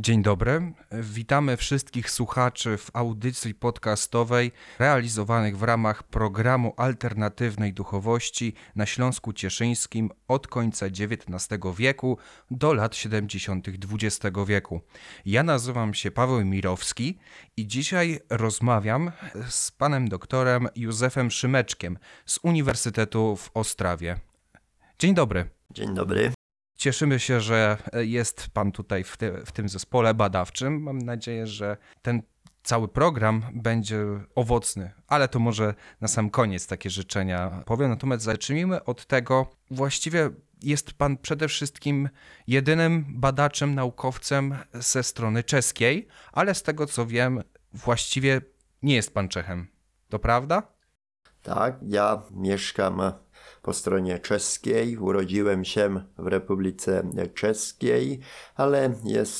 Dzień dobry, witamy wszystkich słuchaczy w audycji podcastowej realizowanych w ramach programu alternatywnej duchowości na Śląsku Cieszyńskim od końca XIX wieku do lat 70. XX wieku. Ja nazywam się Paweł Mirowski i dzisiaj rozmawiam z panem doktorem Józefem Szymeczkiem z Uniwersytetu w Ostrawie. Dzień dobry. Dzień dobry. Cieszymy się, że jest pan tutaj w tym zespole badawczym. Mam nadzieję, że ten cały program będzie owocny, ale to może na sam koniec takie życzenia powiem. Natomiast zacznijmy od tego, właściwie jest pan przede wszystkim jedynym badaczem, naukowcem ze strony czeskiej, ale z tego co wiem, właściwie nie jest pan Czechem. To prawda? Tak, ja mieszkam po stronie czeskiej, urodziłem się w Republice Czeskiej, ale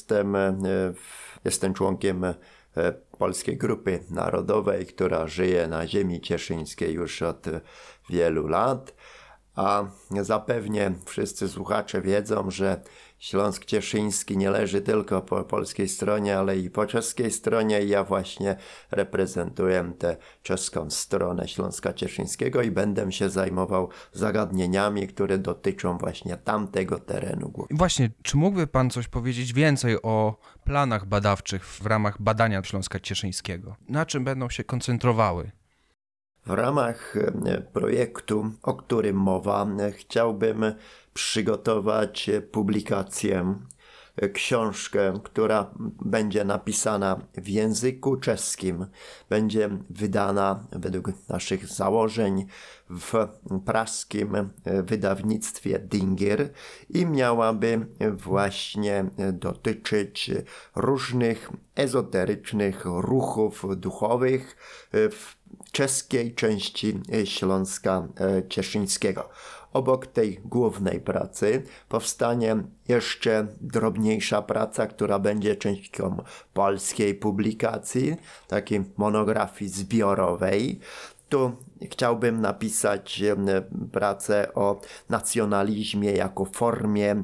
jestem członkiem Polskiej Grupy Narodowej, która żyje na ziemi cieszyńskiej już od wielu lat. A zapewnie wszyscy słuchacze wiedzą, że Śląsk Cieszyński nie leży tylko po polskiej stronie, ale i po czeskiej stronie i ja właśnie reprezentuję tę czeską stronę Śląska Cieszyńskiego i będę się zajmował zagadnieniami, które dotyczą właśnie tamtego terenu. Właśnie, czy mógłby pan coś powiedzieć więcej o planach badawczych w ramach badania Śląska Cieszyńskiego? Na czym będą się koncentrowały? W ramach projektu, o którym mowa, chciałbym przygotować publikację, książkę, która będzie napisana w języku czeskim. Będzie wydana według naszych założeń w praskim wydawnictwie Dingier i miałaby właśnie dotyczyć różnych ezoterycznych ruchów duchowych w czeskiej części Śląska Cieszyńskiego. Obok tej głównej pracy powstanie jeszcze drobniejsza praca, która będzie częścią polskiej publikacji, takiej monografii zbiorowej. Tu chciałbym napisać pracę o nacjonalizmie jako formie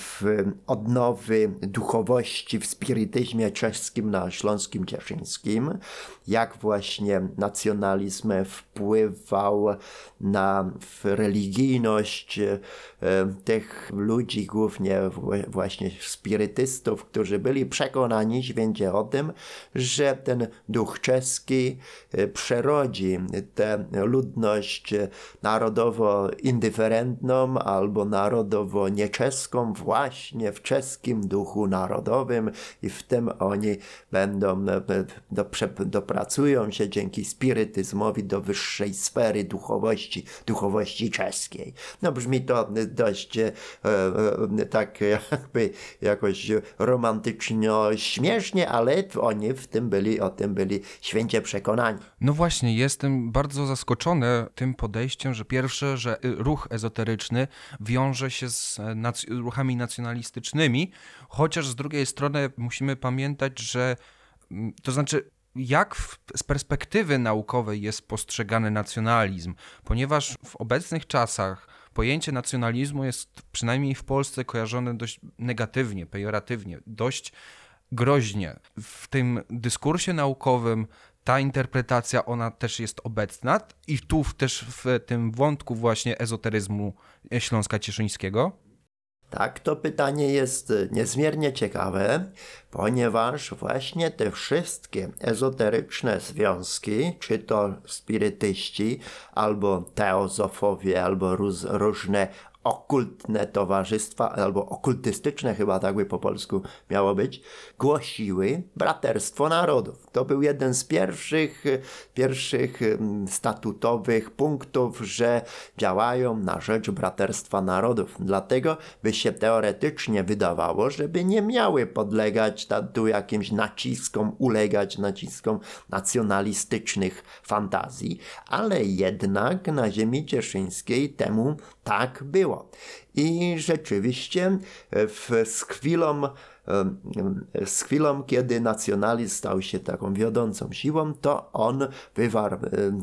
odnowy duchowości w spirytyzmie czeskim na Śląskim Cieszyńskim. Jak właśnie nacjonalizm wpływał na religijność tych ludzi, głównie właśnie spirytystów, którzy byli przekonani, święcie o tym, że ten duch czeski przerodzi tę ludność narodowo indyferentną albo narodowo nieczeską właśnie w czeskim duchu narodowym i w tym oni będą dopracują się dzięki spirytyzmowi do wyższej sfery duchowości czeskiej. No brzmi to dość tak jakby jakoś romantycznie śmiesznie, ale oni o tym byli święcie przekonani. No właśnie, jestem bardzo zaskoczony tym podejściem, że pierwsze, że ruch ezoteryczny wiąże się z ruchami nacjonalistycznymi, chociaż z drugiej strony musimy pamiętać, że to znaczy jak z perspektywy naukowej jest postrzegany nacjonalizm, ponieważ w obecnych czasach pojęcie nacjonalizmu jest przynajmniej w Polsce kojarzone dość negatywnie, pejoratywnie, dość groźnie. W tym dyskursie naukowym ta interpretacja, ona też jest obecna i tu też w tym wątku właśnie ezoteryzmu Śląska Cieszyńskiego. Tak, to pytanie jest niezmiernie ciekawe, ponieważ właśnie te wszystkie ezoteryczne związki, czy to spirytyści, albo teozofowie, albo różne okultne towarzystwa, albo okultystyczne chyba tak by po polsku miało być, głosiły braterstwo narodów. To był jeden z pierwszych statutowych punktów, że działają na rzecz braterstwa narodów. Dlatego by się teoretycznie wydawało, żeby nie miały podlegać tu jakimś ulegać naciskom nacjonalistycznych fantazji, ale jednak na ziemi cieszyńskiej temu tak było. I rzeczywiście z chwilą z chwilą, kiedy nacjonalizm stał się taką wiodącą siłą, to on wywarł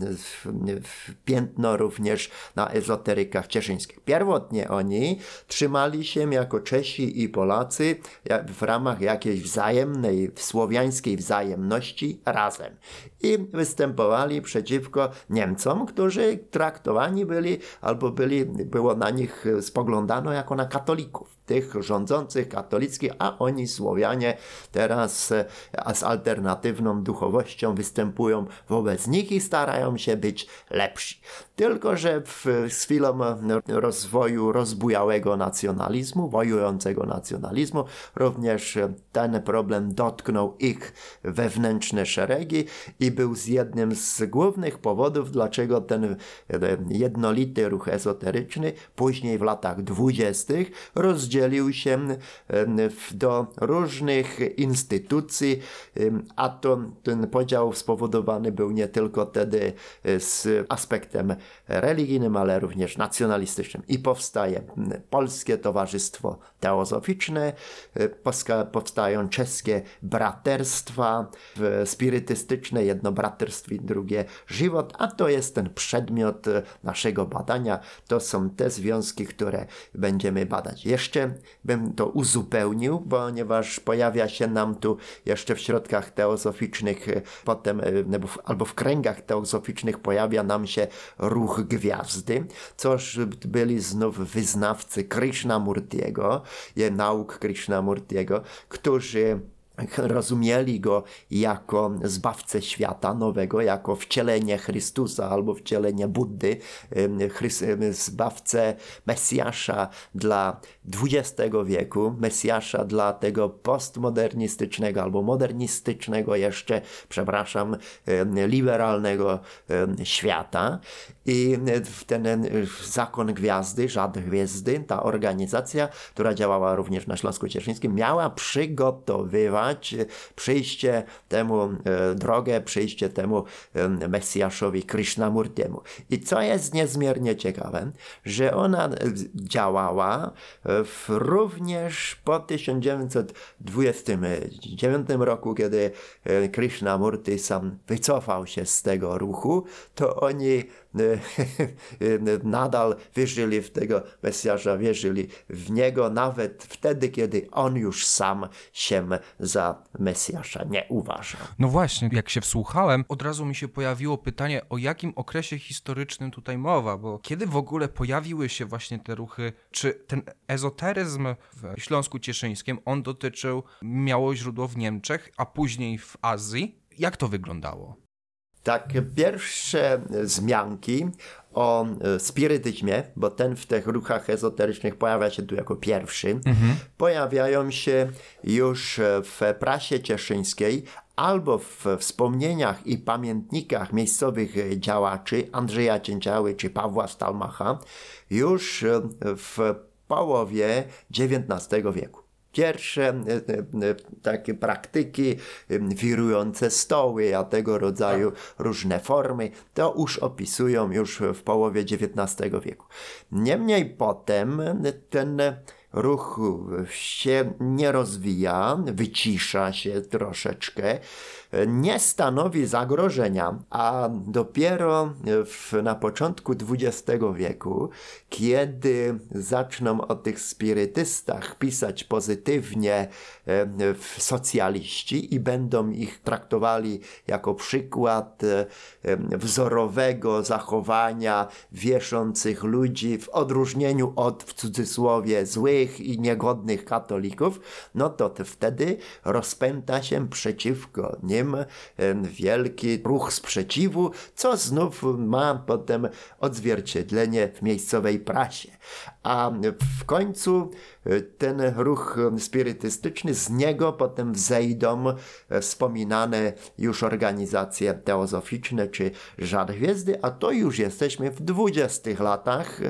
piętno również na ezoterykach cieszyńskich. Pierwotnie oni trzymali się jako Czesi i Polacy w ramach jakiejś wzajemnej, słowiańskiej wzajemności razem. I występowali przeciwko Niemcom, którzy traktowani byli, albo było na nich spoglądano jako na katolików, tych rządzących katolickich, a oni Słowianie teraz z alternatywną duchowością występują wobec nich i starają się być lepsi. Tylko że z chwilą rozwoju rozbujałego nacjonalizmu, wojującego nacjonalizmu, również ten problem dotknął ich wewnętrzne szeregi i był jednym z głównych powodów, dlaczego ten jednolity ruch ezoteryczny później w latach 20. rozdzielił się do różnych instytucji, a ten podział spowodowany był nie tylko wtedy z aspektem religijnym, ale również nacjonalistycznym. I powstaje Polskie Towarzystwo Teozoficzne, powstają czeskie braterstwa spirytystyczne, jedno braterstwo i drugie żywot, a to jest ten przedmiot naszego badania. To są te związki, które będziemy badać. Jeszcze bym to uzupełnił, ponieważ pojawia się nam tu jeszcze w środkach teozoficznych, potem albo w kręgach teozoficznych pojawia nam się ruch gwiazdy, coż byli znów wyznawcy Krishnamurtiego, nauk Krishnamurtiego, którzy rozumieli go jako zbawcę świata nowego, jako wcielenie Chrystusa albo wcielenie Buddy, zbawcę Mesjasza dla XX wieku, Mesjasza dla tego postmodernistycznego albo modernistycznego jeszcze, liberalnego świata. I ten zakon gwiazdy, Żad Gwiazdy, ta organizacja, która działała również na Śląsku Cieszyńskim, miała przygotowywać przyjście temu Mesjaszowi Krishnamurtiemu. I co jest niezmiernie ciekawe, że ona działała również po 1929 roku, kiedy Krishnamurti sam wycofał się z tego ruchu, to oni nadal wierzyli w tego Mesjasza, wierzyli w niego nawet wtedy, kiedy on już sam się za Mesjasza nie uważa. No właśnie, jak się wsłuchałem, od razu mi się pojawiło pytanie, o jakim okresie historycznym tutaj mowa, bo kiedy w ogóle pojawiły się właśnie te ruchy, czy ten ezoteryzm w Śląsku Cieszyńskim, on miało źródło w Niemczech, a później w Azji? Jak to wyglądało? Tak, pierwsze wzmianki o spirytyzmie, bo ten w tych ruchach ezoterycznych pojawia się tu jako pierwszy, pojawiają się już w prasie cieszyńskiej albo w wspomnieniach i pamiętnikach miejscowych działaczy Andrzeja Cięciały czy Pawła Stalmacha już w połowie XIX wieku. Pierwsze takie praktyki, wirujące stoły, a tego rodzaju różne formy, to już opisują już w połowie XIX wieku. Niemniej potem ten ruch się nie rozwija, wycisza się troszeczkę, nie stanowi zagrożenia, a dopiero na początku XX wieku, kiedy zaczną o tych spirytystach pisać pozytywnie socjaliści i będą ich traktowali jako przykład wzorowego zachowania wierzących ludzi w odróżnieniu od, w cudzysłowie, złych i niegodnych katolików, no to wtedy rozpęta się przeciwko nim wielki ruch sprzeciwu, co znów ma potem odzwierciedlenie w miejscowej prasie. A w końcu ten ruch spirytystyczny, z niego potem wzejdą wspominane już organizacje teozoficzne czy Żad Gwiazdy, a to już jesteśmy w 20 latach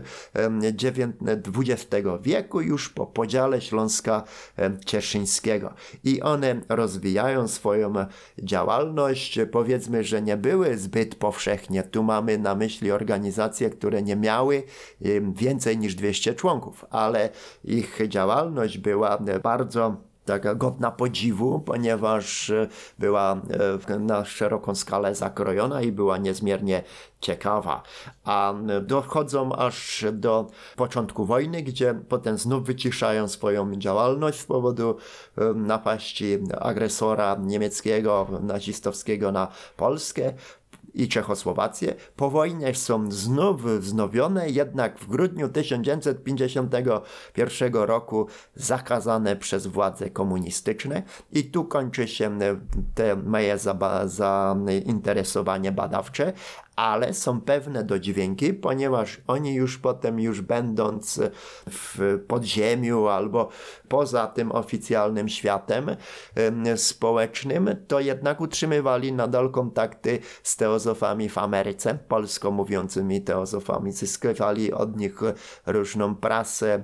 XX wieku, już po podziale Śląska Cieszyńskiego. I one rozwijają swoją działalność. Powiedzmy, że nie były zbyt powszechnie. Tu mamy na myśli organizacje, które nie miały więcej niż 200 członków, ale ich działalność była bardzo taka godna podziwu, ponieważ była na szeroką skalę zakrojona i była niezmiernie ciekawa. A dochodzą aż do początku wojny, gdzie potem znów wyciszają swoją działalność z powodu napaści agresora niemieckiego, nazistowskiego na Polskę i Czechosłowację. Po wojnie są znów wznowione, jednak w grudniu 1951 roku zakazane przez władze komunistyczne i tu kończy się te moje zainteresowanie badawcze, ale są pewne dodźwięki, ponieważ oni już potem, już będąc w podziemiu albo poza tym oficjalnym światem społecznym, to jednak utrzymywali nadal kontakty z teozofami w Ameryce, polsko mówiącymi teozofami. Zyskiwali od nich różną prasę,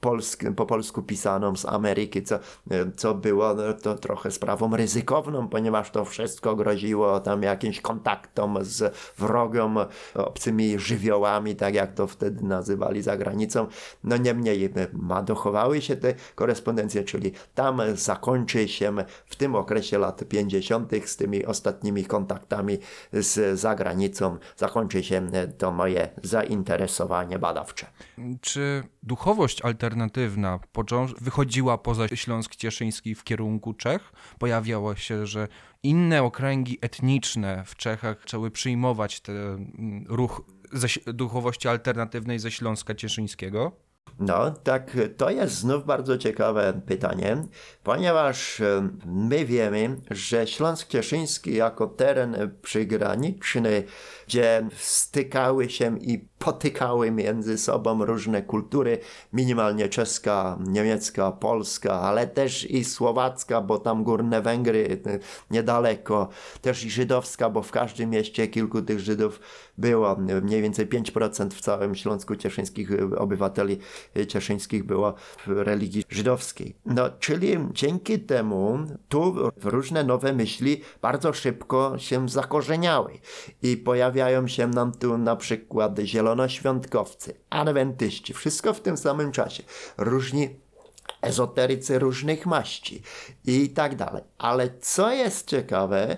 po polsku pisaną z Ameryki, co było to trochę sprawą ryzykowną, ponieważ to wszystko groziło tam jakimś kontaktom z wrogą, obcymi żywiołami, tak jak to wtedy nazywali za granicą. No niemniej dochowały się te korespondencje, czyli tam zakończy się w tym okresie lat 50. z tymi ostatnimi kontaktami z zagranicą, zakończy się to moje zainteresowanie badawcze. Czy duchowość alternatywna wychodziła poza Śląsk Cieszyński w kierunku Czech? Pojawiało się, że inne okręgi etniczne w Czechach zaczęły przyjmować ten ruch duchowości alternatywnej ze Śląska Cieszyńskiego? No, tak, to jest znów bardzo ciekawe pytanie, ponieważ my wiemy, że Śląsk Cieszyński jako teren przygraniczny, gdzie stykały się i potykały między sobą różne kultury, minimalnie czeska, niemiecka, polska, ale też i słowacka, bo tam Górne Węgry niedaleko, też i żydowska, bo w każdym mieście kilku tych Żydów było, mniej więcej 5% w całym Śląsku Cieszyńskich obywateli cieszyńskich było w religii żydowskiej. No, czyli dzięki temu tu różne nowe myśli bardzo szybko się zakorzeniały i pojawiają się nam tu na przykład zielonoświątkowcy, adwentyści, wszystko w tym samym czasie, różni ezoterycy różnych maści i tak dalej. Ale co jest ciekawe,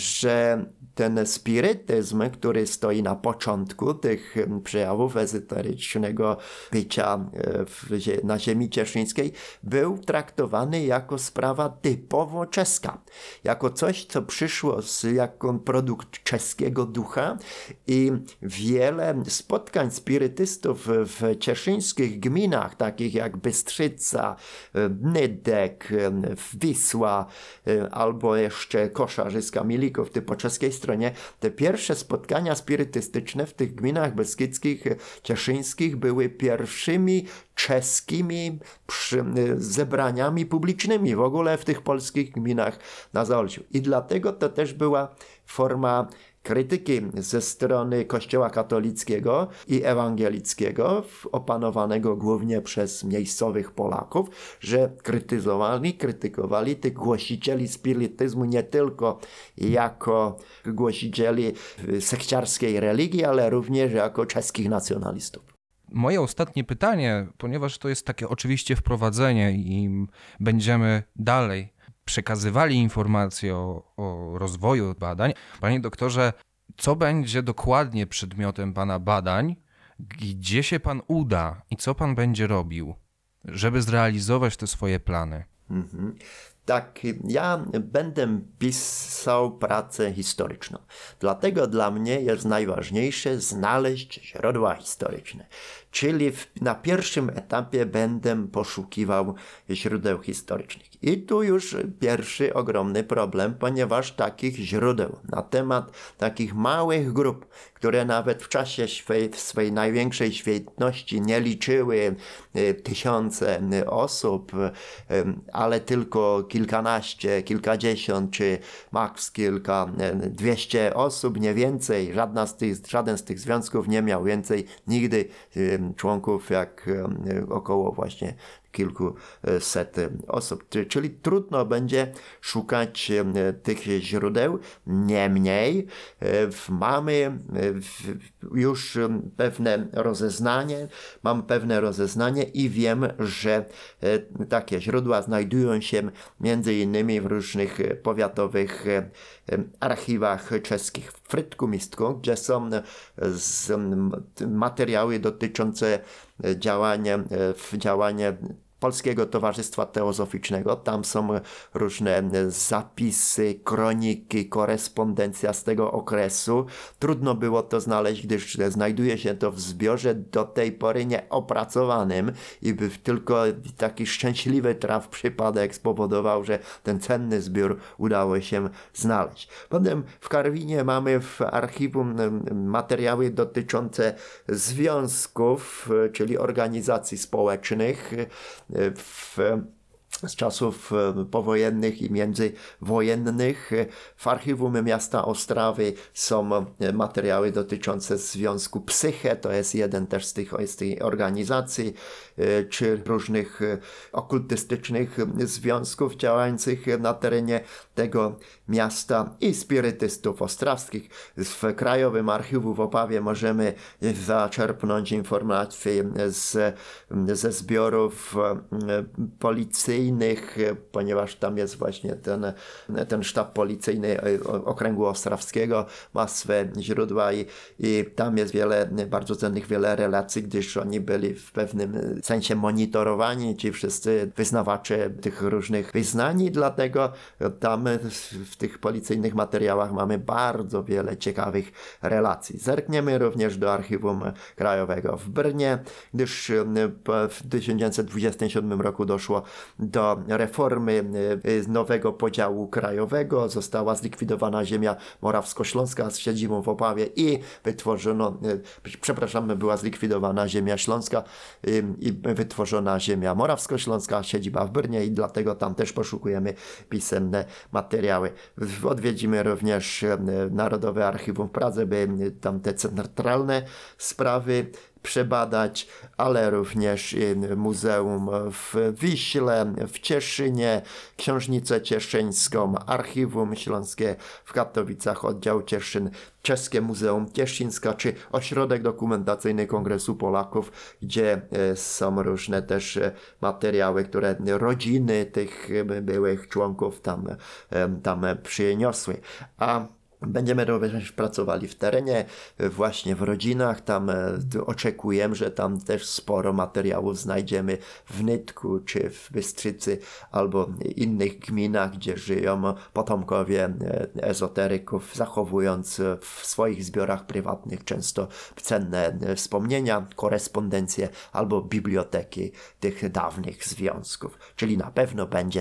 że ten spirytyzm, który stoi na początku tych przejawów ezoterycznego bycia na ziemi cieszyńskiej, był traktowany jako sprawa typowo czeska. Jako coś, co przyszło jako produkt czeskiego ducha i wiele spotkań spirytystów w cieszyńskich gminach, takich jak Bystrzyca, Nydek, Wisła albo jeszcze Koszarzyska, Milików, po czeskiej stronie, te pierwsze spotkania spirytystyczne w tych gminach beskidzkich, cieszyńskich były pierwszymi czeskimi zebraniami publicznymi w ogóle w tych polskich gminach na Zaolciu. I dlatego to też była forma krytyki ze strony Kościoła katolickiego i ewangelickiego, opanowanego głównie przez miejscowych Polaków, że krytykowali tych głosicieli spirytyzmu nie tylko jako głosicieli sekciarskiej religii, ale również jako czeskich nacjonalistów. Moje ostatnie pytanie, ponieważ to jest takie oczywiście wprowadzenie i będziemy dalej przekazywali informacje o rozwoju badań. Panie doktorze, co będzie dokładnie przedmiotem pana badań? Gdzie się pan uda i co pan będzie robił, żeby zrealizować te swoje plany? Tak, ja będę pisał pracę historyczną. Dlatego dla mnie jest najważniejsze znaleźć źródła historyczne. Czyli na pierwszym etapie będę poszukiwał źródeł historycznych. I tu już pierwszy ogromny problem, ponieważ takich źródeł na temat takich małych grup, które nawet w czasie swej największej świetności nie liczyły tysiące osób, ale tylko kilkanaście, kilkadziesiąt, czy maks 200 osób, nie więcej. Żaden z tych związków nie miał więcej nigdy członków jak około właśnie kilkuset osób. Czyli trudno będzie szukać tych źródeł. Niemniej mamy już mam pewne rozeznanie i wiem, że takie źródła znajdują się między innymi w różnych powiatowych archiwach czeskich w Frýdku Místku, gdzie są materiały dotyczące działania Polskiego Towarzystwa Teozoficznego. Tam są różne zapisy, kroniki, korespondencja z tego okresu. Trudno było to znaleźć, gdyż znajduje się to w zbiorze do tej pory nieopracowanym i tylko taki szczęśliwy przypadek spowodował, że ten cenny zbiór udało się znaleźć. Potem w Karwinie mamy w archiwum materiały dotyczące związków, czyli organizacji społecznych, z czasów powojennych i międzywojennych. W archiwum miasta Ostrawy są materiały dotyczące związku Psyche, to jest jeden też z tej organizacji, czy różnych okultystycznych związków działających na terenie tego miasta i spirytystów ostrawskich. W Krajowym Archiwum w Opawie możemy zaczerpnąć informacje ze zbiorów policyjnych, ponieważ tam jest właśnie ten sztab policyjny Okręgu Ostrawskiego, ma swe źródła i tam jest bardzo cennych wiele relacji, gdyż oni byli w pewnym sensie monitorowani, ci wszyscy wyznawacze tych różnych wyznań, i dlatego tam w tych policyjnych materiałach mamy bardzo wiele ciekawych relacji. Zerkniemy również do Archiwum Krajowego w Brnie, gdyż w 1927 roku doszło do reformy nowego podziału krajowego. Została zlikwidowana ziemia morawsko-śląska z siedzibą w Opawie i była zlikwidowana ziemia śląska i wytworzona ziemia morawsko-śląska, siedziba w Brnie, i dlatego tam też poszukujemy pisemne materiały. Odwiedzimy również Narodowe Archiwum w Pradze, by tam te centralne sprawy przebadać, ale również Muzeum w Wiśle, w Cieszynie, Książnicę Cieszyńską, Archiwum Śląskie w Katowicach, oddział Cieszyn, Czeskie Muzeum Cieszyńska, czy Ośrodek Dokumentacyjny Kongresu Polaków, gdzie są różne też materiały, które rodziny tych byłych członków tam przyniosły. A będziemy również pracowali w terenie, właśnie w rodzinach. Tam oczekuję, że tam też sporo materiałów znajdziemy w Nytku, czy w Bystrzycy, albo innych gminach, gdzie żyją potomkowie ezoteryków, zachowując w swoich zbiorach prywatnych często cenne wspomnienia, korespondencje albo biblioteki tych dawnych związków. Czyli na pewno będzie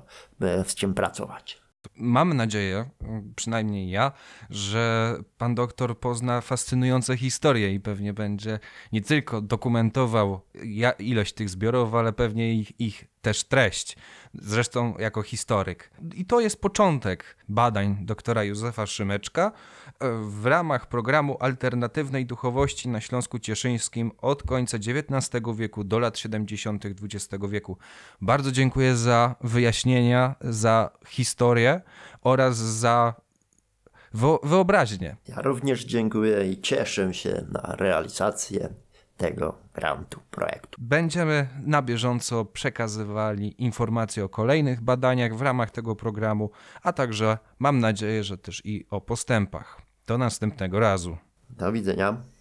z czym pracować. Mam nadzieję, przynajmniej ja, że pan doktor pozna fascynujące historie i pewnie będzie nie tylko dokumentował ilość tych zbiorów, ale pewnie ich też treść. Zresztą jako historyk. I to jest początek badań doktora Józefa Szymeczka w ramach programu alternatywnej duchowości na Śląsku Cieszyńskim od końca XIX wieku do lat 70. XX wieku. Bardzo dziękuję za wyjaśnienia, za historię oraz za wyobraźnię. Ja również dziękuję i cieszę się na realizację tego grantu, projektu. Będziemy na bieżąco przekazywali informacje o kolejnych badaniach w ramach tego programu, a także mam nadzieję, że też i o postępach. Do następnego razu. Do widzenia.